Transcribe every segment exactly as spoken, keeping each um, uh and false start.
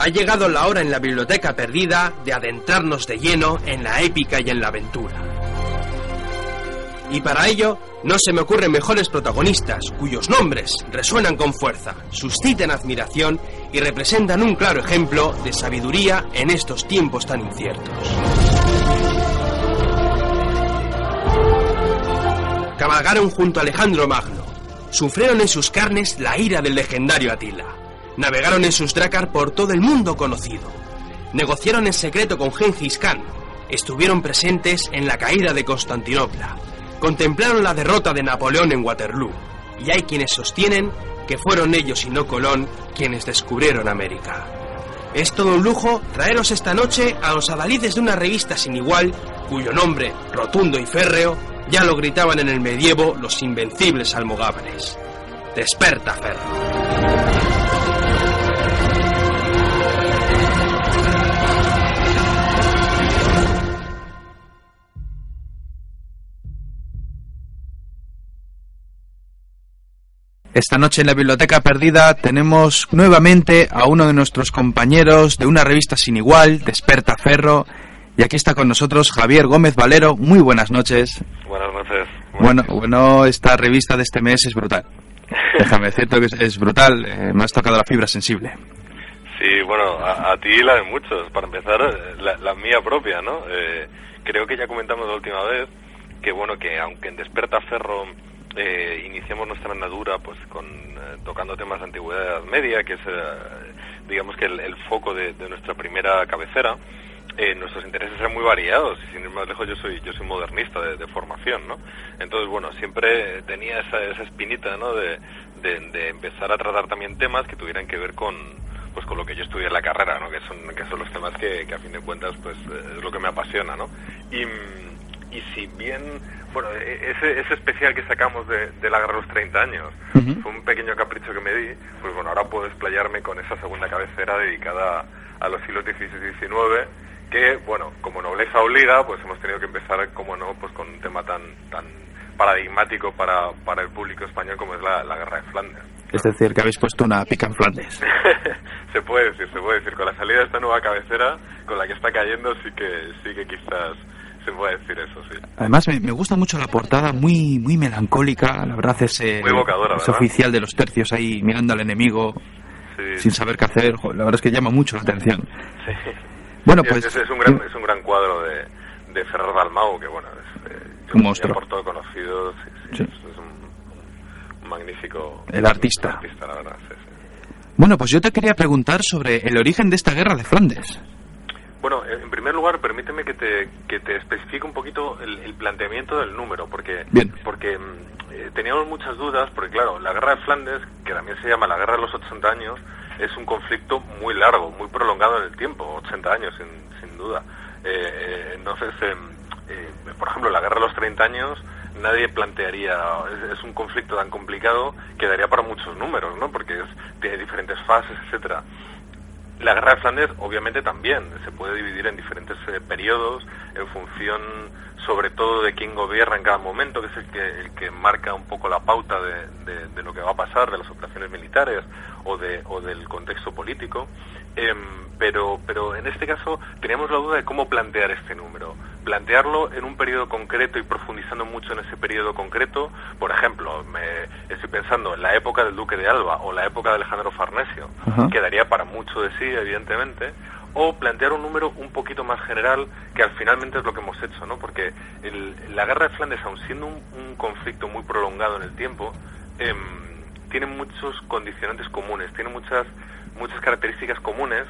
Ha llegado la hora en la Biblioteca Perdida de adentrarnos de lleno en la épica y en la aventura. Y para ello, no se me ocurren mejores protagonistas cuyos nombres resuenan con fuerza, suscitan admiración y representan un claro ejemplo de sabiduría en estos tiempos tan inciertos. Cabalgaron junto a Alejandro Magno, sufrieron en sus carnes la ira del legendario Atila, navegaron en sus drácar por todo el mundo conocido, negociaron en secreto con Gengis Khan, estuvieron presentes en la caída de Constantinopla, contemplaron la derrota de Napoleón en Waterloo, y hay quienes sostienen que fueron ellos y no Colón quienes descubrieron América. Es todo un lujo traeros esta noche a los adalides de una revista sin igual, cuyo nombre, rotundo y férreo, ya lo gritaban en el medievo los invencibles almogávares. Desperta, Ferro. Esta noche en la Biblioteca Perdida tenemos nuevamente a uno de nuestros compañeros de una revista sin igual, Desperta Ferro, y aquí está con nosotros Javier Gómez Valero. Muy buenas noches. Buenas noches. Bueno, bueno, esta revista de este mes es brutal. Déjame decirte que es, es brutal, eh, me has tocado la fibra sensible. Sí, bueno, a, a ti y la de muchos. Para empezar, la, la mía propia, ¿no? Eh, creo que ya comentamos la última vez que, bueno, que aunque en Desperta Ferro eh, iniciamos nuestra andadura pues con eh, tocando temas de antigüedad Edad Media, que es, eh, digamos que el, el foco de, de nuestra primera cabecera, Eh, nuestros intereses eran muy variados y sin ir más lejos yo soy yo soy modernista de, de formación, ¿no? Entonces, bueno, siempre tenía esa, esa espinita, ¿no? De, de, de empezar a tratar también temas que tuvieran que ver con pues con lo que yo estudié en la carrera, ¿no? Que son que son los temas que, que a fin de cuentas pues es lo que me apasiona, ¿no? Y, y si bien, bueno, ese, ese especial que sacamos de, de la guerra de los treinta años uh-huh. fue un pequeño capricho que me di, pues bueno, ahora puedo explayarme con esa segunda cabecera dedicada a los siglos dieciséis y diecinueve, que, bueno, como nobleza obliga, pues hemos tenido que empezar, como no, pues con un tema tan tan paradigmático para, para el público español como es la, la Guerra de Flandes. Es decir, que habéis puesto una pica en Flandes. Se puede decir, se puede decir. Con la salida de esta nueva cabecera, con la que está cayendo, sí que sí que quizás se puede decir eso, sí. Además, me, me gusta mucho la portada, muy muy melancólica, la verdad, ese, muy evocadora, ese oficial de los tercios ahí mirando al enemigo, sí, sin saber qué hacer. Joder, la verdad es que llama mucho la atención. Sí. Bueno, pues es, es un gran es un gran cuadro de, de Ferrer Dalmau, que bueno, es eh, un monstruo por todo conocido, sí, sí, sí. Es, es un, un magnífico el artista. artista la verdad, sí, sí. Bueno, pues yo te quería preguntar sobre el origen de esta guerra de Flandes. Bueno, en primer lugar, permíteme que te que te especifique un poquito el, el planteamiento del número, porque Bien. porque eh, teníamos muchas dudas, porque claro, la guerra de Flandes, que también se llama la guerra de los ochenta años, es un conflicto muy largo, muy prolongado en el tiempo, ochenta años sin, sin duda. Eh, eh, entonces, eh, eh, por ejemplo, la guerra de los treinta años, nadie plantearía, es, es un conflicto tan complicado que daría para muchos números, ¿no? Porque es, tiene diferentes fases, etcétera. La guerra de Flandes, obviamente, también se puede dividir en diferentes eh, periodos en función, sobre todo, de quién gobierna en cada momento, que es el que el que marca un poco la pauta de, de, de lo que va a pasar, de las operaciones militares o de o del contexto político. Eh, pero pero en este caso teníamos la duda de cómo plantear este número. Plantearlo en un periodo concreto y profundizando mucho en ese periodo concreto. Por ejemplo, me estoy pensando en la época del Duque de Alba o la época de Alejandro Farnesio, uh-huh. que daría para mucho de sí, evidentemente, o plantear un número un poquito más general, que al finalmente es lo que hemos hecho, ¿no? Porque el, la guerra de Flandes, aun siendo un, un conflicto muy prolongado en el tiempo, eh, tiene muchos condicionantes comunes, tiene muchas muchas características comunes,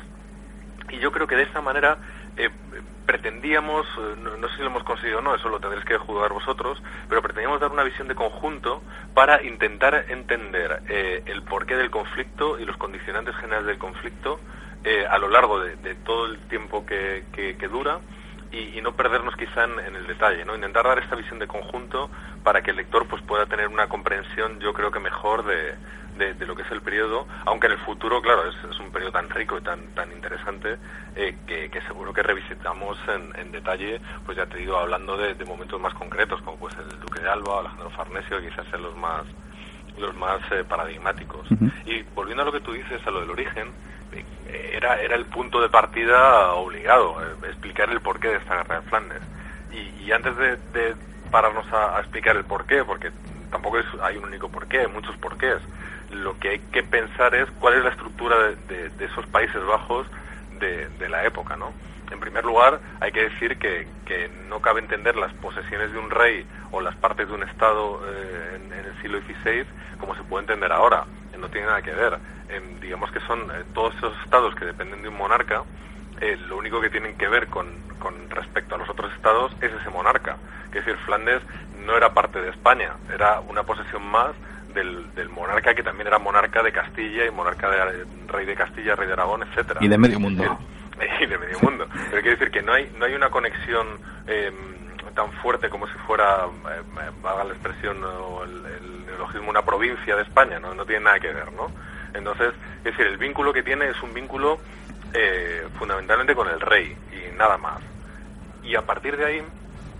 y yo creo que de esta manera eh, pretendíamos, no, no sé si lo hemos conseguido o no, eso lo tendréis que juzgar vosotros, pero pretendíamos dar una visión de conjunto para intentar entender eh, el porqué del conflicto y los condicionantes generales del conflicto eh, a lo largo de, de todo el tiempo que, que, que dura, y, y no perdernos quizá en, en el detalle, ¿no? Intentar dar esta visión de conjunto para que el lector pues pueda tener una comprensión, yo creo que mejor de, de, de lo que es el periodo, aunque en el futuro, claro, es, es un periodo tan rico y tan tan interesante eh, que, que seguro que revisitamos en, en detalle, pues ya te digo, hablando de, de momentos más concretos, como pues el Duque de Alba, Alejandro Farnesio, que quizás sean los más los más eh, paradigmáticos. Uh-huh. Y volviendo a lo que tú dices, a lo del origen, era, era el punto de partida obligado, eh, explicar el porqué de esta guerra de Flandes. Y, y antes de, de pararnos a, a explicar el porqué, porque tampoco es, hay un único porqué, hay muchos porqués, lo que hay que pensar es cuál es la estructura de, de, de esos Países Bajos de, de la época, ¿no? En primer lugar, hay que decir que, que no cabe entender las posesiones de un rey o las partes de un estado eh, en, en el siglo dieciséis como se puede entender ahora. Eh, no tiene nada que ver. Eh, digamos que son eh, todos esos estados que dependen de un monarca, eh, lo único que tienen que ver con, con respecto a los otros estados es ese monarca. Es decir, Flandes no era parte de España, era una posesión más del, del monarca, que también era monarca de Castilla y monarca de rey de Castilla, rey de Aragón, etcétera. Y de medio mundo. Y de medio mundo. Pero quiere decir que no hay no hay una conexión eh, tan fuerte como si fuera, eh, valga la expresión o el, el neologismo, una provincia de España, ¿no? No tiene nada que ver, ¿no? Entonces, es decir, el vínculo que tiene es un vínculo eh, fundamentalmente con el rey y nada más. Y a partir de ahí,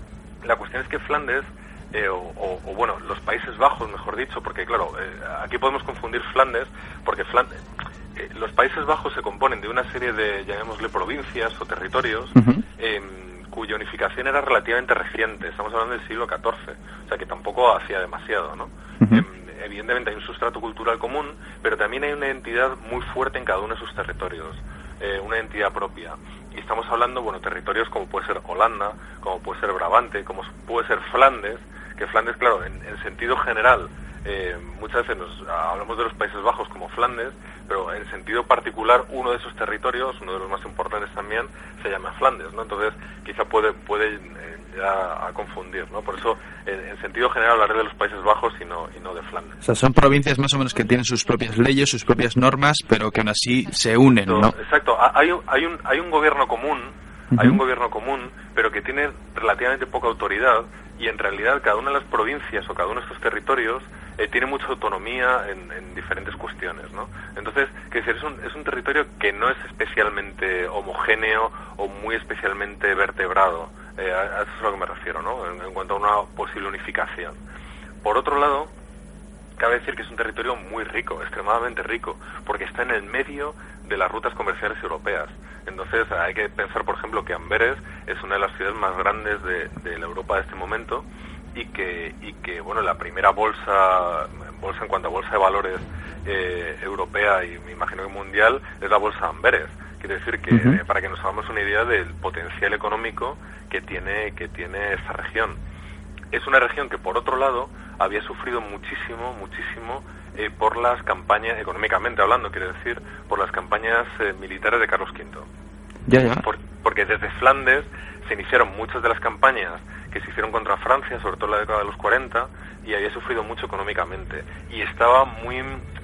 la cuestión es que Flandes, eh, o, o, o bueno, los Países Bajos, mejor dicho, porque claro, eh, aquí podemos confundir Flandes, porque Flandes... Eh, los Países Bajos se componen de una serie de, llamémosle, provincias o territorios, uh-huh. eh, cuya unificación era relativamente reciente. Estamos hablando del siglo catorce, o sea que tampoco hacía demasiado, ¿no? Uh-huh. Eh, evidentemente hay un sustrato cultural común, pero también hay una identidad muy fuerte en cada uno de sus territorios, eh, una identidad propia. Y estamos hablando, bueno, territorios como puede ser Holanda, como puede ser Brabante, como puede ser Flandes, que Flandes, claro, en, en sentido general, Eh, muchas veces nos hablamos de los Países Bajos como Flandes, pero en sentido particular uno de esos territorios, uno de los más importantes también, se llama Flandes, ¿no? Entonces quizá puede puede eh, ya a confundir, ¿no? Por eso en, en sentido general hablaré de los Países Bajos y no y no de Flandes. O sea, son provincias más o menos que tienen sus propias leyes, sus propias normas, pero que aún así se unen, ¿no? Exacto. Hay un hay un hay un gobierno común, uh-huh. hay un gobierno común, pero que tiene relativamente poca autoridad. Y en realidad cada una de las provincias o cada uno de estos territorios eh, tiene mucha autonomía en, en diferentes cuestiones, ¿no? Entonces, que decir, es un, es un territorio que no es especialmente homogéneo o muy especialmente vertebrado. Eh, a, a eso es a lo que me refiero, ¿no? En, en cuanto a una posible unificación. Por otro lado, cabe decir que es un territorio muy rico, extremadamente rico, porque está en el medio de las rutas comerciales europeas. Entonces hay que pensar, por ejemplo, que Amberes es una de las ciudades más grandes de, de la Europa de este momento y que, y que bueno, la primera bolsa, bolsa en cuanto a bolsa de valores eh, europea y me imagino que mundial es la bolsa de Amberes. Quiere decir que, uh-huh. eh, para que nos hagamos una idea del potencial económico que tiene, que tiene esta región. Es una región que, por otro lado, había sufrido muchísimo, muchísimo eh, por las campañas, económicamente hablando, quiero decir, por las campañas eh, militares de Carlos quinto. Ya, ya. Por, porque desde Flandes se iniciaron muchas de las campañas que se hicieron contra Francia, sobre todo en la década de los cuarenta, y había sufrido mucho económicamente. Y estaba muy...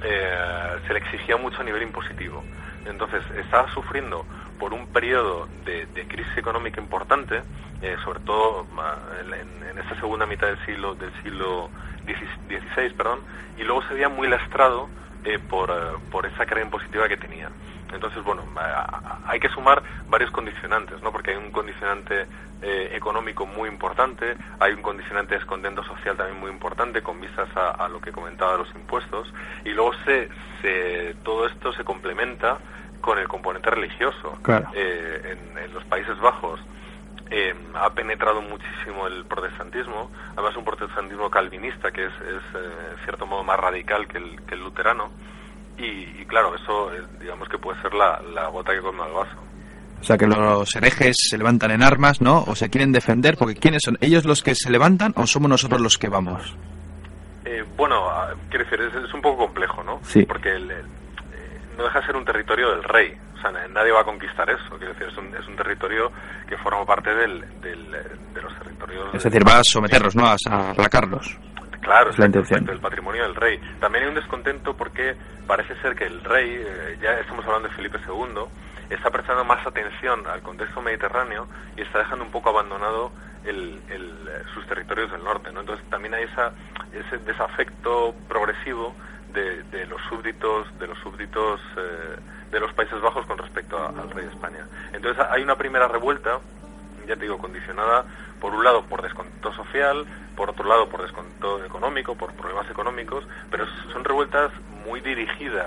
Eh, se le exigía mucho a nivel impositivo. Entonces, estaba sufriendo por un periodo de, de crisis económica importante, eh, sobre todo en, en esta segunda mitad del siglo del siglo dieciséis, perdón, y luego se veía muy lastrado eh, por, por esa carga impositiva que tenía. Entonces, bueno, hay que sumar varios condicionantes, ¿no? Porque hay un condicionante eh, económico muy importante, hay un condicionante de descontento social también muy importante, con vistas a, a lo que comentaba de los impuestos, y luego se, se todo esto se complementa con el componente religioso. Claro. Eh, en, en los Países Bajos eh, ha penetrado muchísimo el protestantismo, además un protestantismo calvinista que es, es eh, en cierto modo más radical que el, que el luterano, y, y claro, eso eh, digamos que puede ser la, la gota que colma el vaso. O sea, que los herejes se levantan en armas, ¿no? O se quieren defender, porque ¿quiénes son? ¿Ellos los que se levantan o somos nosotros los que vamos? Eh, bueno, quiero decir, es, es un poco complejo, ¿no? Sí. Porque el, el, no deja de ser un territorio del rey, o sea, nadie va a conquistar eso, quiero decir, es un, es un territorio que forma parte del, del, de los territorios... Es decir, va a someterlos, ¿no? A aplacarlos. Claro, es la intención del patrimonio del rey. También hay un descontento porque parece ser que el rey, eh, ya estamos hablando de Felipe segundo, está prestando más atención al contexto mediterráneo y está dejando un poco abandonado el, el, sus territorios del norte, ¿no? Entonces también hay esa, ese desafecto progresivo de, de los súbditos, de los súbditos eh, de los Países Bajos con respecto a, al rey de España. Entonces hay una primera revuelta, ya te digo, condicionada por un lado por descontento social, por otro lado por descontento económico, por problemas económicos, pero son revueltas muy dirigidas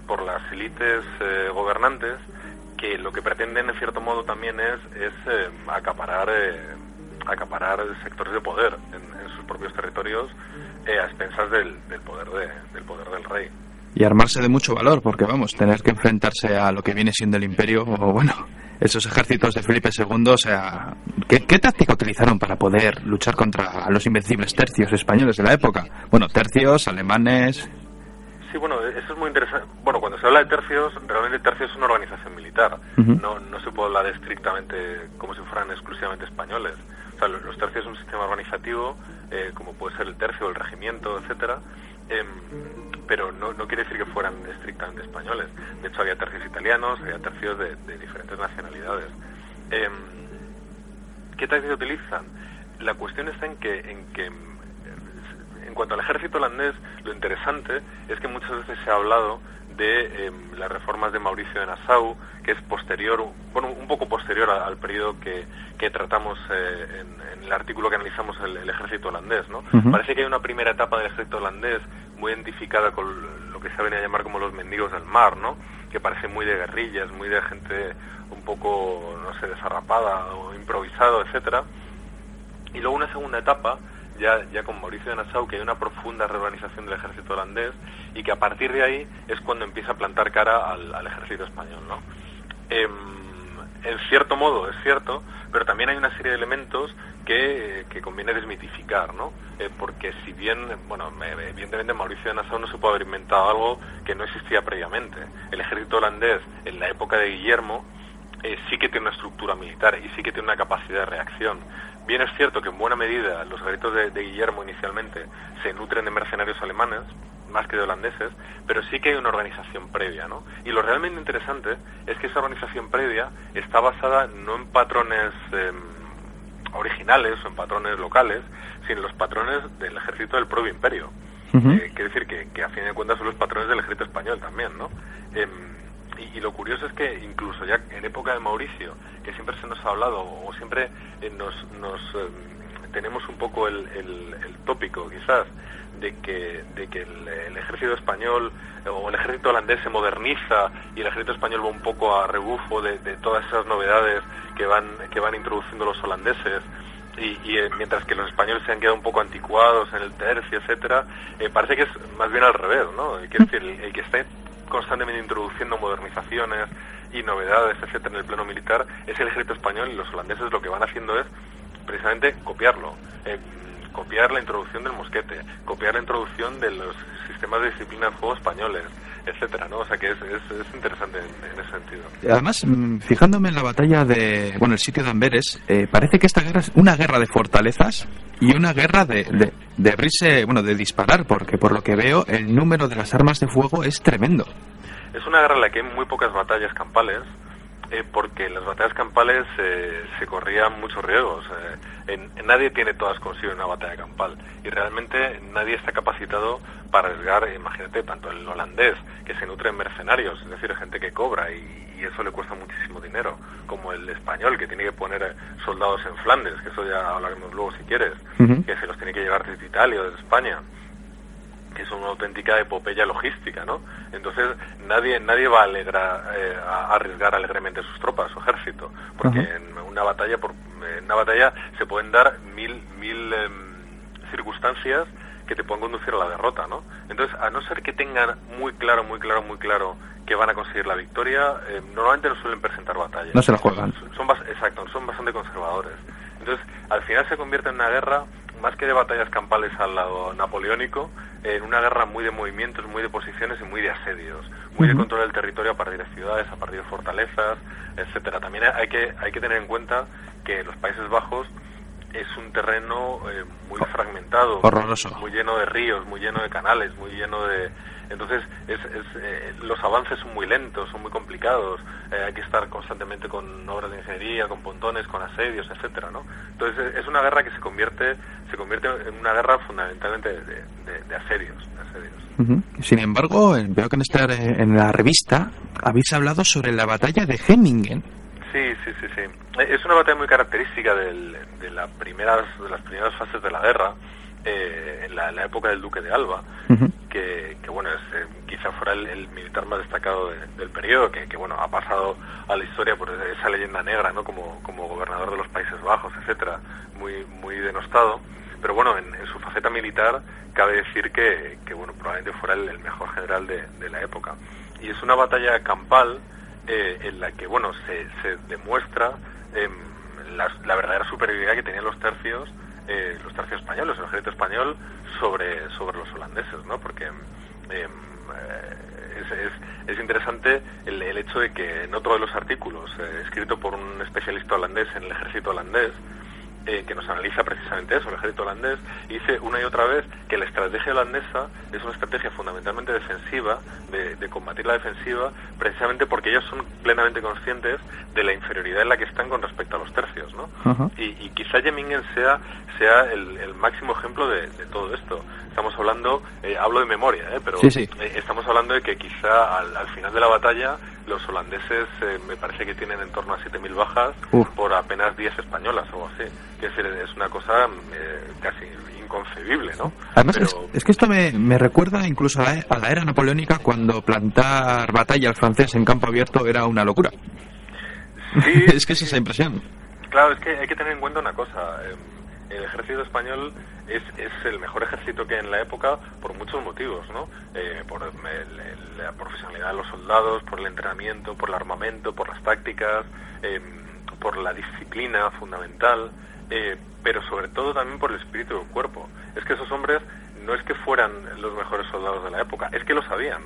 por las élites eh, gobernantes, que lo que pretenden en cierto modo también es, es eh, acaparar eh, acaparar sectores de poder en, en sus propios territorios eh, a expensas del, del poder de, del poder del rey. Y armarse de mucho valor, porque vamos, tener que enfrentarse a lo que viene siendo el imperio, o bueno, esos ejércitos de Felipe segundo, o sea, ¿qué, qué táctica utilizaron para poder luchar contra los invencibles tercios españoles de la época? Bueno, tercios, alemanes... Sí, bueno, eso es muy interesante. Bueno, cuando se habla de tercios, realmente tercios es una organización militar. Uh-huh. No, no se puede hablar estrictamente como si fueran exclusivamente españoles. O sea, los tercios es un sistema organizativo, eh, como puede ser el tercio, el regimiento, etcétera, eh, pero no, no quiere decir que fueran estrictamente españoles. De hecho, había tercios italianos, había tercios de, de diferentes nacionalidades. Eh, ¿Qué táctica utilizan? La cuestión está en que, en que en cuanto al ejército holandés, lo interesante es que muchas veces se ha hablado de eh, las reformas de Mauricio de Nassau, que es posterior, bueno, un poco posterior a, al periodo que, que tratamos eh, en, en el artículo que analizamos el, el ejército holandés, ¿no? Uh-huh. Parece que hay una primera etapa del ejército holandés muy identificada con lo que se ha venido a llamar como los mendigos del mar, ¿no? Que parece muy de guerrillas, muy de gente un poco, no sé, desarrapada o improvisado, etcétera. Y luego una segunda etapa, ya ya con Mauricio de Nassau, que hay una profunda reorganización del ejército holandés y que a partir de ahí es cuando empieza a plantar cara al, al ejército español, ¿no? Eh, en cierto modo es cierto, pero también hay una serie de elementos que, que conviene desmitificar, ¿no? Eh, porque si bien, bueno, evidentemente Mauricio de Nassau no se puede haber inventado algo que no existía previamente. El ejército holandés en la época de Guillermo eh, sí que tiene una estructura militar y sí que tiene una capacidad de reacción. Bien es cierto que en buena medida los ejércitos de, de Guillermo inicialmente se nutren de mercenarios alemanes, más que de holandeses, pero sí que hay una organización previa, ¿no? Y lo realmente interesante es que esa organización previa está basada no en patrones eh, originales o en patrones locales, sino en los patrones del ejército del propio imperio. Uh-huh. Eh, quiere decir que, que a fin de cuentas son los patrones del ejército español también, ¿no? Eh, Y, y lo curioso es que incluso ya en época de Mauricio, que siempre se nos ha hablado, o siempre eh, nos, nos eh, tenemos un poco el, el, el tópico quizás de que, de que el, el ejército español o el ejército holandés se moderniza y el ejército español va un poco a rebufo de, de todas esas novedades que van, que van introduciendo los holandeses. Y, y eh, mientras que los españoles se han quedado un poco anticuados en el tercio, etcétera, eh, parece que es más bien al revés, ¿no? Quiere decir, el, el que está constantemente introduciendo modernizaciones y novedades, etcétera, en el plano militar, es el ejército español, y los holandeses lo que van haciendo es precisamente copiarlo, eh, copiar la introducción del mosquete, copiar la introducción de los sistemas de disciplina de fuego españoles, etcétera, ¿no? O sea que es, es, es interesante en, en ese sentido. Además, fijándome en la batalla de, bueno, el sitio de Amberes, eh, parece que esta guerra es una guerra de fortalezas y una guerra de, de, de abrirse, bueno, de disparar, porque por lo que veo el número de las armas de fuego es tremendo. Es una guerra en la que hay muy pocas batallas campales, eh, porque en las batallas campales eh, se corrían muchos riesgos. Eh, en, en nadie tiene todas consigo una batalla campal, y realmente nadie está capacitado para arriesgar, imagínate, tanto el holandés, que se nutre en mercenarios, es decir, gente que cobra y, y eso le cuesta muchísimo dinero, como el español, que tiene que poner soldados en Flandes, que eso ya hablaremos luego si quieres, uh-huh. que se los tiene que llevar desde Italia o desde España, que es una auténtica epopeya logística, ¿no? Entonces nadie nadie va a, alegrar, eh, a arriesgar alegremente sus tropas, su ejército, porque uh-huh. en una batalla por en una batalla se pueden dar mil mil eh, circunstancias que te pueden conducir a la derrota, ¿no? Entonces, a no ser que tengan muy claro, muy claro, muy claro que van a conseguir la victoria, eh, normalmente no suelen presentar batallas. No se la juegan. Son, son bas- exacto, son bastante conservadores. Entonces, al final se convierte en una guerra, más que de batallas campales al lado napoleónico, en una guerra muy de movimientos, muy de posiciones y muy de asedios, muy uh-huh. de control del territorio a partir de ciudades, a partir de fortalezas, etcétera. También hay que hay que tener en cuenta que los Países Bajos es un terreno eh, muy fragmentado, horroroso, muy lleno de ríos, muy lleno de canales, muy lleno de... Entonces, es, es, eh, los avances son muy lentos, son muy complicados, eh, hay que estar constantemente con obras de ingeniería, con pontones, con asedios, etcétera, ¿no? Entonces, es una guerra que se convierte se convierte en una guerra fundamentalmente de, de, de asedios. De asedios. Uh-huh. Sin embargo, veo que en, esta, en la revista habéis hablado sobre la batalla de Hemmingen. Sí, sí, sí, sí. Es una batalla muy característica del, de, la primeras, de las primeras fases de la guerra, eh, en, la, en la época del Duque de Alba, uh-huh. que, que bueno, es, eh, quizás quizá fuera el, el militar más destacado de, del periodo, que, que bueno, ha pasado a la historia por esa leyenda negra, ¿no? Como, como gobernador de los Países Bajos, etcétera, muy, muy denostado. Pero bueno, en, en su faceta militar cabe decir que, que bueno, probablemente fuera el, el mejor general de, de la época. Y es una batalla campal eh, en la que, bueno, se, se demuestra eh, la, la verdadera superioridad que tenían los tercios, eh, los tercios españoles, el ejército español, sobre, sobre los holandeses, ¿no? Porque eh, es, es, es interesante el, el hecho de que en otro de los artículos, eh, escrito por un especialista holandés en el ejército holandés, Eh, que nos analiza precisamente eso, el ejército holandés, y dice una y otra vez que la estrategia holandesa es una estrategia fundamentalmente defensiva, de, de combatir la defensiva, precisamente porque ellos son plenamente conscientes de la inferioridad en la que están con respecto a los tercios, ¿no? Uh-huh. Y, y quizá Jemmingen sea, sea el, el máximo ejemplo de, de todo esto. Estamos hablando, eh, hablo de memoria, ¿eh? pero sí, sí. Eh, estamos hablando de que quizá al, al final de la batalla los holandeses eh, me parece que tienen en torno a siete mil bajas Uf. por apenas diez españolas o algo así. Que es, es una cosa eh, casi inconcebible, ¿no? Además, Pero... es, es que esto me, me recuerda incluso a la, a la era napoleónica, cuando plantar batalla al francés en campo abierto era una locura. Sí, es que es esa impresión. Claro, es que hay que tener en cuenta una cosa. Eh, el ejército español es, es el mejor ejército que hay en la época por muchos motivos, ¿no? Eh, por el, el, la profesionalidad de los soldados, por el entrenamiento, por el armamento, por las tácticas, eh, por la disciplina fundamental, eh, pero sobre todo también por el espíritu del cuerpo. Es que esos hombres no es que fueran los mejores soldados de la época, es que lo sabían.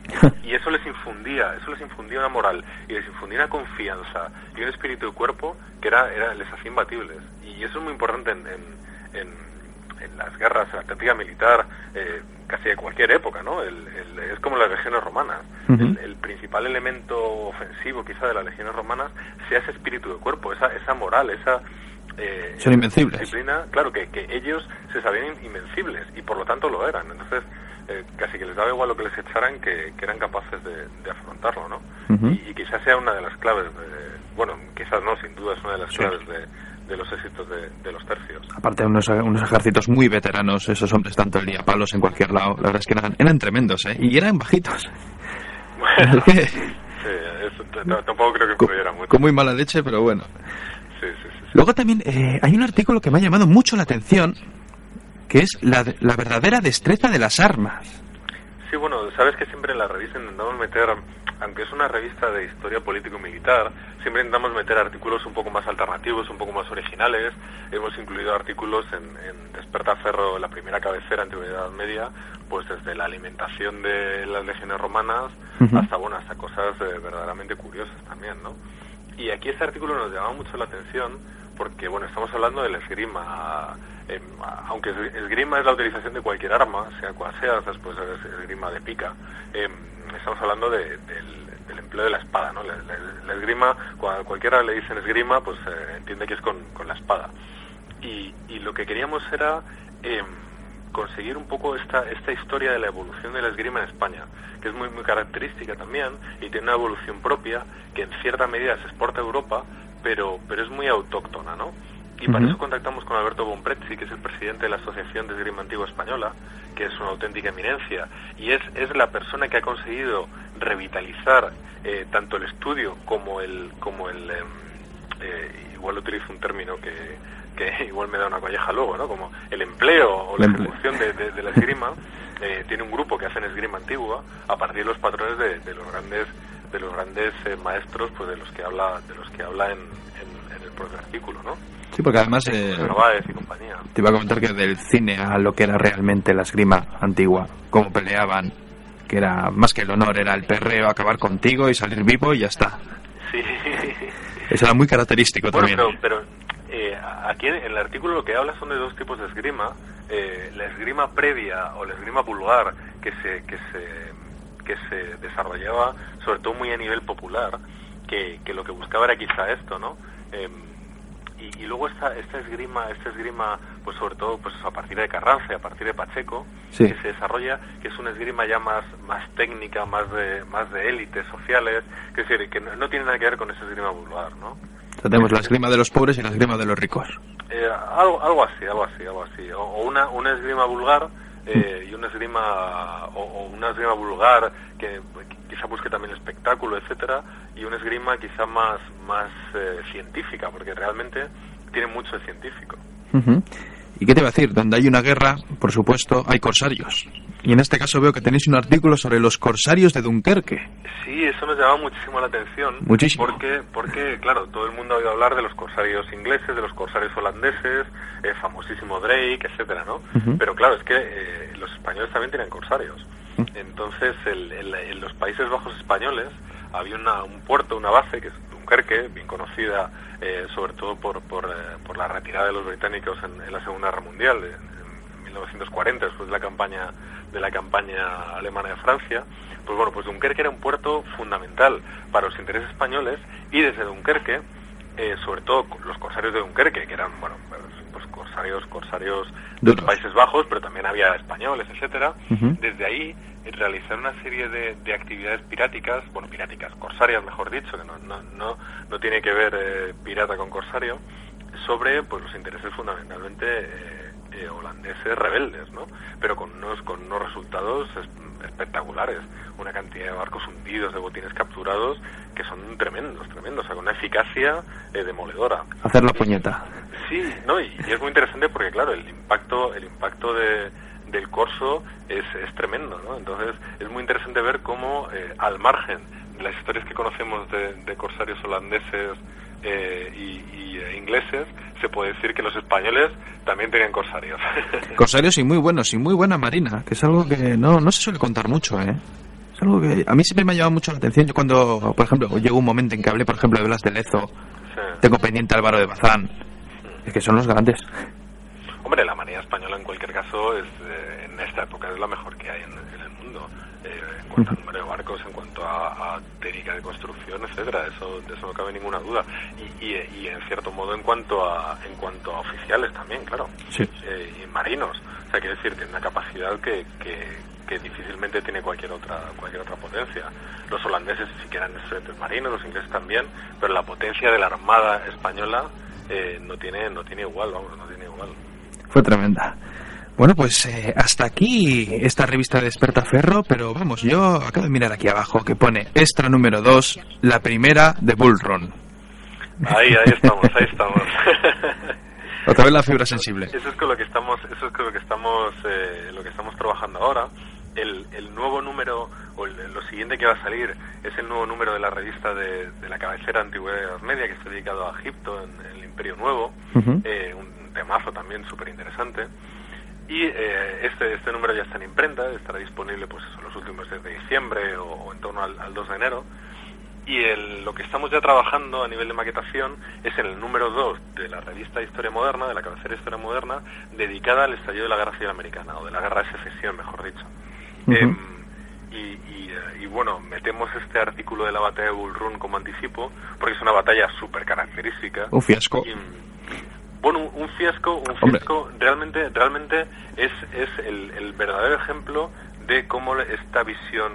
Y eso les infundía, eso les infundía una moral y les infundía una confianza y un espíritu de cuerpo que era, era les hacía imbatibles. Y eso es muy importante en, en, en, en las guerras, en la táctica militar, eh, casi de cualquier época, ¿no? El, el, es como las legiones romanas. Uh-huh. el, el principal elemento ofensivo quizá de las legiones romanas sea ese espíritu de cuerpo, esa, esa moral, esa... Eh, Son invencibles. Disciplina, claro, que, que ellos se sabían invencibles y por lo tanto lo eran. Entonces, eh, casi que les daba igual lo que les echaran, que, que eran capaces de, de afrontarlo, ¿no? Uh-huh. Y, y quizás sea una de las claves, de, bueno, quizás no, sin duda es una de las sí. claves de, de los éxitos de, de los tercios. Aparte, unos, unos ejércitos muy veteranos, esos hombres tanto el día palos en cualquier lado, la verdad es que eran, eran tremendos, ¿eh? Y eran bajitos. Bueno, sí, eso, t- t- tampoco creo que influyera mucho. Con muy mala leche, pero bueno. Sí, sí, sí. Luego también eh, hay un artículo que me ha llamado mucho la atención, que es la, la verdadera destreza de las armas. Sí, bueno, sabes que siempre en la revista intentamos meter, aunque es una revista de historia político-militar, siempre intentamos meter artículos un poco más alternativos, un poco más originales. Hemos incluido artículos en, en Despertaferro, la primera cabecera Antigüedad Media, pues desde la alimentación de las legiones romanas uh-huh. hasta, bueno, hasta cosas eh, verdaderamente curiosas también, ¿no? Y aquí este artículo nos llamaba mucho la atención porque, bueno, estamos hablando de la esgrima, eh, aunque esgrima es la utilización de cualquier arma, sea cual sea, después es esgrima de pica, eh, estamos hablando de, del, del empleo de la espada, ¿no? La, la, la esgrima, cuando cualquiera le dicen esgrima, pues eh, entiende que es con, con la espada. Y, y lo que queríamos era eh, conseguir un poco esta, esta historia de la evolución de la esgrima en España, que es muy, muy característica también, y tiene una evolución propia, que en cierta medida se exporta a Europa, pero, pero es muy autóctona, ¿no? Y para uh-huh. eso contactamos con Alberto Bonprezzi, que es el presidente de la Asociación de Esgrima Antigua Española, que es una auténtica eminencia, y es, es la persona que ha conseguido revitalizar eh, tanto el estudio como el... como el eh, eh, igual utilizo un término que, que igual me da una colleja luego, ¿no? Como el empleo o la ejecución de, de, de la esgrima. Eh, tiene un grupo que hacen esgrima antigua a partir de los patrones de, de los grandes de los grandes eh, maestros, pues de los que habla de los que habla en, en, en el propio artículo, ¿no? Sí, porque además eh, Narváez y compañía. Te iba a comentar que del cine a lo que era realmente la esgrima antigua, cómo peleaban, que era más que el honor, era el perreo, acabar contigo y salir vivo y ya está. Sí. Eso era muy característico bueno, también. Pero, pero eh, aquí en el artículo lo que habla son de dos tipos de esgrima. Eh, la esgrima previa o la esgrima vulgar, que se que se que se desarrollaba sobre todo muy a nivel popular, que, que lo que buscaba era quizá esto, ¿no? Eh, y, y luego esta esta esgrima esta esgrima pues sobre todo pues a partir de Carranza y a partir de Pacheco, sí. que se desarrolla, que es una esgrima ya más más técnica, más de más de élites sociales, que es decir, que no, no tiene nada que ver con esa esgrima vulgar, ¿no? Tenemos la esgrima de los pobres y la esgrima de los ricos. Eh, algo algo así, algo así, algo así. O, o una una esgrima vulgar eh, y una esgrima o, o una esgrima vulgar que quizá busque también espectáculo, etcétera, y una esgrima quizá más más eh, científica, porque realmente tiene mucho de científico. Uh-huh. ¿Y qué te va a decir? Donde hay una guerra, por supuesto, hay corsarios. Y en este caso veo que tenéis un artículo sobre los corsarios de Dunkerque. Sí, eso nos llama muchísimo la atención. Muchísimo. Porque, porque, claro, todo el mundo ha oído hablar de los corsarios ingleses, de los corsarios holandeses, el famosísimo Drake, etcétera, ¿no? Uh-huh. Pero claro, es que eh, los españoles también tienen corsarios. Uh-huh. Entonces, el, el, en los Países Bajos españoles había una, un puerto, una base, que es Dunkerque, bien conocida, eh, sobre todo por, por, eh, por la retirada de los británicos en, en la Segunda Guerra Mundial, en, en mil novecientos cuarenta, después de la campaña de la campaña alemana de Francia. Pues bueno, pues Dunkerque era un puerto fundamental para los intereses españoles, y desde Dunkerque, eh, sobre todo los corsarios de Dunkerque, que eran, bueno, pues corsarios corsarios de los Países Bajos, pero también había españoles, etcétera. Uh-huh. Desde ahí eh, realizaron una serie de, de actividades piráticas, bueno, piráticas, corsarias, mejor dicho, que no no no, no tiene que ver eh, pirata con corsario, sobre pues los intereses fundamentalmente eh, Eh, holandeses rebeldes, ¿no? Pero con unos con unos resultados es, espectaculares, una cantidad de barcos hundidos, de botines capturados, que son tremendos, tremendos, o sea, con una eficacia eh, demoledora. Hacer la puñeta. Sí, no, y, y es muy interesante porque, claro, el impacto el impacto de, del corso es, es tremendo, ¿no? Entonces es muy interesante ver cómo, eh, al margen de las historias que conocemos de, de corsarios holandeses eh, y, y eh, ingleses, se puede decir que los españoles también tenían corsarios. Corsarios y muy buenos, y muy buena marina, que es algo que no, no se suele contar mucho, ¿eh? Es algo que a mí siempre me ha llamado mucho la atención. Yo cuando, por ejemplo, llegó un momento en que hablé, por ejemplo, de Blas de Lezo, sí. Tengo pendiente Álvaro de Bazán, mm. es que son los grandes. Hombre, la marina española en cualquier caso es eh, en esta época es la mejor que hay en, en el mundo, eh, en cuanto uh-huh. al número de barcos, en cuanto a, a técnica de construcción, etcétera. Eso, de eso no cabe ninguna duda. Y, y, y en cierto modo en cuanto a en cuanto a oficiales también, claro. Sí. Eh, y marinos. O sea, quiero decir, tiene una capacidad que, que, que difícilmente tiene cualquier otra cualquier otra potencia. Los holandeses sí que eran excelentes marinos, los ingleses también, pero la potencia de la Armada española eh, no tiene no tiene igual, vamos, no tiene igual. Fue tremenda. Bueno, pues eh, hasta aquí esta revista de Despertaferro, pero vamos, yo acabo de mirar aquí abajo que pone extra número dos, la primera de Bull Run. Ahí, ahí estamos, ahí estamos. Otra vez la fibra sensible. Eso es con lo que estamos, eso es con lo que estamos, eh, lo que estamos trabajando ahora. El, el nuevo número, o el, lo siguiente que va a salir, es el nuevo número de la revista de, de la cabecera Antigüedad Media, que está dedicado a Egipto, en, en el Imperio Nuevo, uh-huh. eh, un temazo también súper interesante. Y eh, este este número ya está en imprenta, estará disponible pues eso, los últimos días de diciembre o, o en torno al, al dos de enero. Y el, lo que estamos ya trabajando a nivel de maquetación es en el número dos de la revista Historia Moderna, de la cabecera Historia Moderna, dedicada al estallido de la Guerra Civil Americana, o de la Guerra de Secesión, mejor dicho. Uh-huh. eh, y, y, y bueno, metemos este artículo de la batalla de Bull Run como anticipo, porque es una batalla súper característica. Un fiasco. Y, bueno, un fiasco, un fiasco Hombre. realmente, realmente es, es el, el verdadero ejemplo de cómo esta visión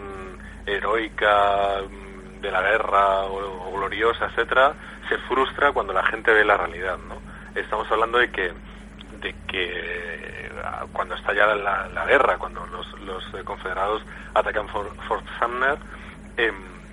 heroica de la guerra o, o gloriosa, etcétera, se frustra cuando la gente ve la realidad, ¿no? Estamos hablando de que de que cuando estalla la, la guerra, cuando los, los confederados atacan Fort, Fort Sumner, eh,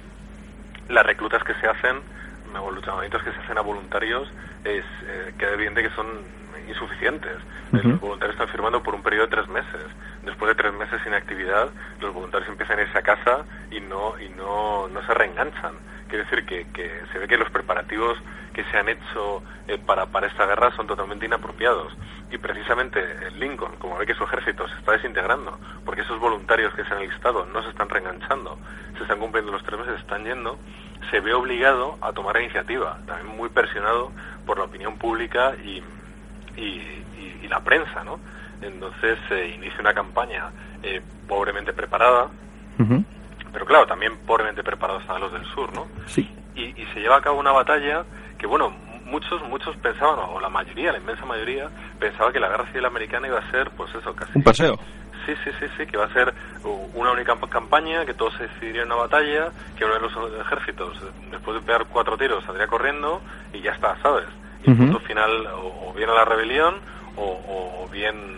las reclutas que se hacen, o los llamamientos que se hacen a voluntarios, es eh, queda evidente que son insuficientes. Uh-huh. Los voluntarios están firmando por un periodo de tres meses. Después de tres meses sin actividad, los voluntarios empiezan a irse a casa y no y no, no se reenganchan. Quiere decir que, que se ve que los preparativos que se han hecho eh, para, para esta guerra son totalmente inapropiados. Y precisamente Lincoln, como ve que su ejército se está desintegrando, porque esos voluntarios que se han enlistado no se están reenganchando, se están cumpliendo los tres meses, se están yendo, se ve obligado a tomar la iniciativa, también muy presionado por la opinión pública y, y, y, y la prensa, ¿no? Entonces se eh, inicia una campaña eh, pobremente preparada, uh-huh. pero claro, también pobremente preparados estaban los del sur, ¿no? Sí. Y, y se lleva a cabo una batalla que, bueno, muchos muchos pensaban, o la mayoría, la inmensa mayoría, pensaba que la Guerra Civil Americana iba a ser, pues eso, casi... un paseo. Sí, sí, sí, sí, que va a ser una única campaña, que todo se decidiría en una batalla, que uno de los ejércitos, después de pegar cuatro tiros, saldría corriendo y ya está, ¿sabes? Y el uh-huh. punto final, o, o bien a la rebelión, o, o bien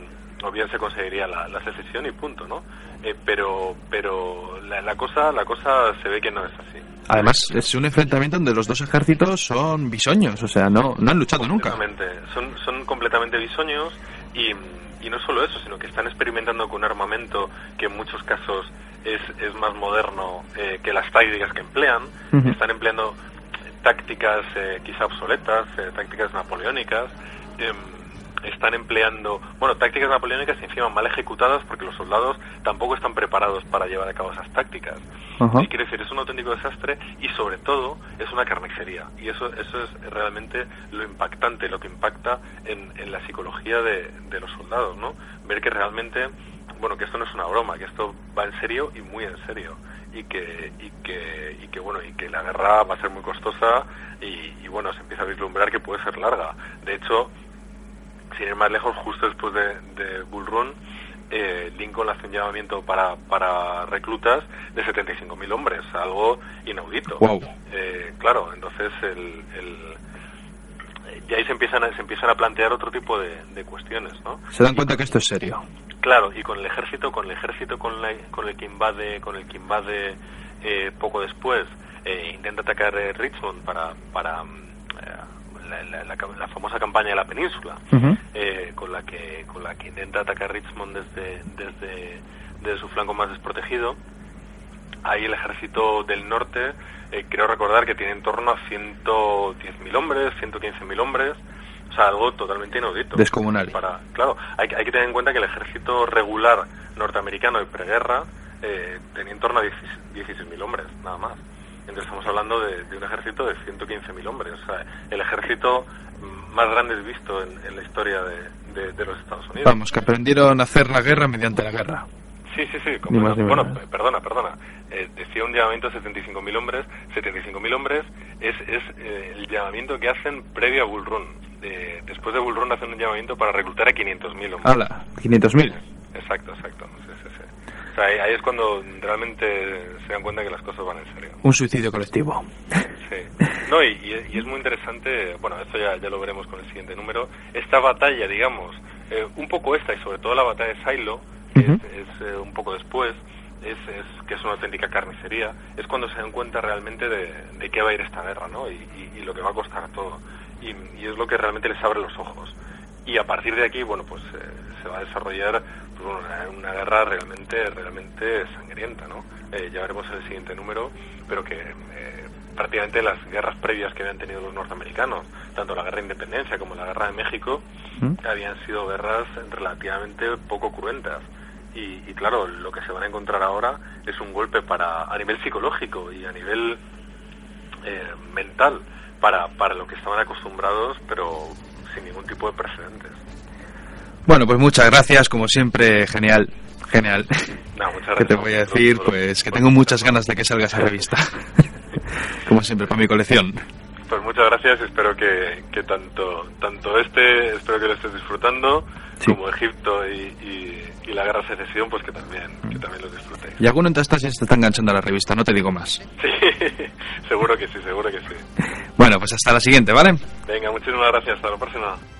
o bien se conseguiría la, la secesión y punto, ¿no? Eh, pero pero la, la cosa la cosa se ve que no es así. Además, es un enfrentamiento donde los dos ejércitos son bisoños, o sea, no no han luchado nunca. Son, son completamente bisoños y, y no solo eso, sino que están experimentando con un armamento que en muchos casos es, es más moderno eh, que las tácticas que emplean. Uh-huh. Están empleando tácticas eh, quizá obsoletas, eh, tácticas napoleónicas. Eh, están empleando, bueno, tácticas napoleónicas encima mal ejecutadas porque los soldados tampoco están preparados para llevar a cabo esas tácticas. Uh-huh. Y quiere decir, es un auténtico desastre y sobre todo es una carnicería. Y eso eso es realmente lo impactante, lo que impacta en, en la psicología de, de los soldados, ¿no? Ver que realmente, bueno, que esto no es una broma, que esto va en serio y muy en serio. Y que, y que, y que bueno, y que la guerra va a ser muy costosa y, y bueno, se empieza a vislumbrar que puede ser larga. De hecho, sin ir más lejos, justo después de, de Bull Run, eh, Lincoln hace un llamamiento para, para reclutas de setenta y cinco mil hombres, algo inaudito. Wow. Eh, claro, entonces el, el, y ahí se empiezan a, se empiezan a plantear otro tipo de, de cuestiones, ¿no? Se dan cuenta que esto es serio. Claro, y con el ejército, con el ejército con, la, con el que invade, con el que invade eh, poco después, eh, intenta atacar eh, Richmond para para eh, La, la, la, la famosa campaña de la península, uh-huh. eh, con la que con la que intenta atacar Richmond desde desde desde su flanco más desprotegido. Ahí el ejército del norte, eh, creo recordar que tiene en torno a ciento diez mil hombres, ciento quince mil hombres, o sea, algo totalmente inaudito. Descomunal. Para, claro, hay, hay que tener en cuenta que el ejército regular norteamericano de preguerra eh, tenía en torno a dieciséis mil hombres, nada más. Entonces estamos hablando de, de un ejército de ciento quince mil hombres, o sea, el ejército más grande visto en, en la historia de, de, de los Estados Unidos. Vamos, que aprendieron a hacer la guerra mediante la guerra. Sí, sí, sí. Como no, bueno, menos. perdona, perdona. Eh, decía un llamamiento de setenta y cinco mil hombres. setenta y cinco mil hombres es, es eh, el llamamiento que hacen previo a Bull Run. Eh, después de Bull Run hacen un llamamiento para reclutar a quinientos mil hombres. ¡Hala! ¿quinientos mil? Exacto, exacto. Sí, sí, sí. O sea, ahí, ahí es cuando realmente se dan cuenta que las cosas van en serio. Un suicidio colectivo. Sí. No, y, y es muy interesante, bueno, esto ya, ya lo veremos con el siguiente número, esta batalla, digamos, eh, un poco esta y sobre todo la batalla de Shiloh, que uh-huh. es, es eh, un poco después, es, es que es una auténtica carnicería, es cuando se dan cuenta realmente de, de qué va a ir esta guerra, ¿no? Y, y, y lo que va a costar todo. Y, y es lo que realmente les abre los ojos. Y a partir de aquí, bueno, pues eh, se va a desarrollar pues, una, una guerra realmente realmente sangrienta, ¿no? Eh, ya veremos en el siguiente número, pero que eh, prácticamente las guerras previas que habían tenido los norteamericanos, tanto la guerra de independencia como la guerra de México, ¿Mm? habían sido guerras relativamente poco cruentas. Y, y claro, lo que se van a encontrar ahora es un golpe para a nivel psicológico y a nivel eh, mental para, para lo que estaban acostumbrados, pero sin ningún tipo de precedentes. Bueno, pues muchas gracias, como siempre, genial, genial. No, muchas gracias. ¿Qué te voy a decir? Pues que tengo muchas ganas de que salga esa revista. Como siempre, para mi colección. Pues muchas gracias, espero que, que tanto tanto este, espero que lo estés disfrutando, sí. como Egipto y, y, y la Guerra de Secesión, pues que también, que también lo disfrutéis. Y alguno entre estas ya se está enganchando a la revista, no te digo más. Sí, seguro que sí, seguro que sí. Bueno, pues hasta la siguiente, ¿vale? Venga, muchísimas gracias, hasta la próxima.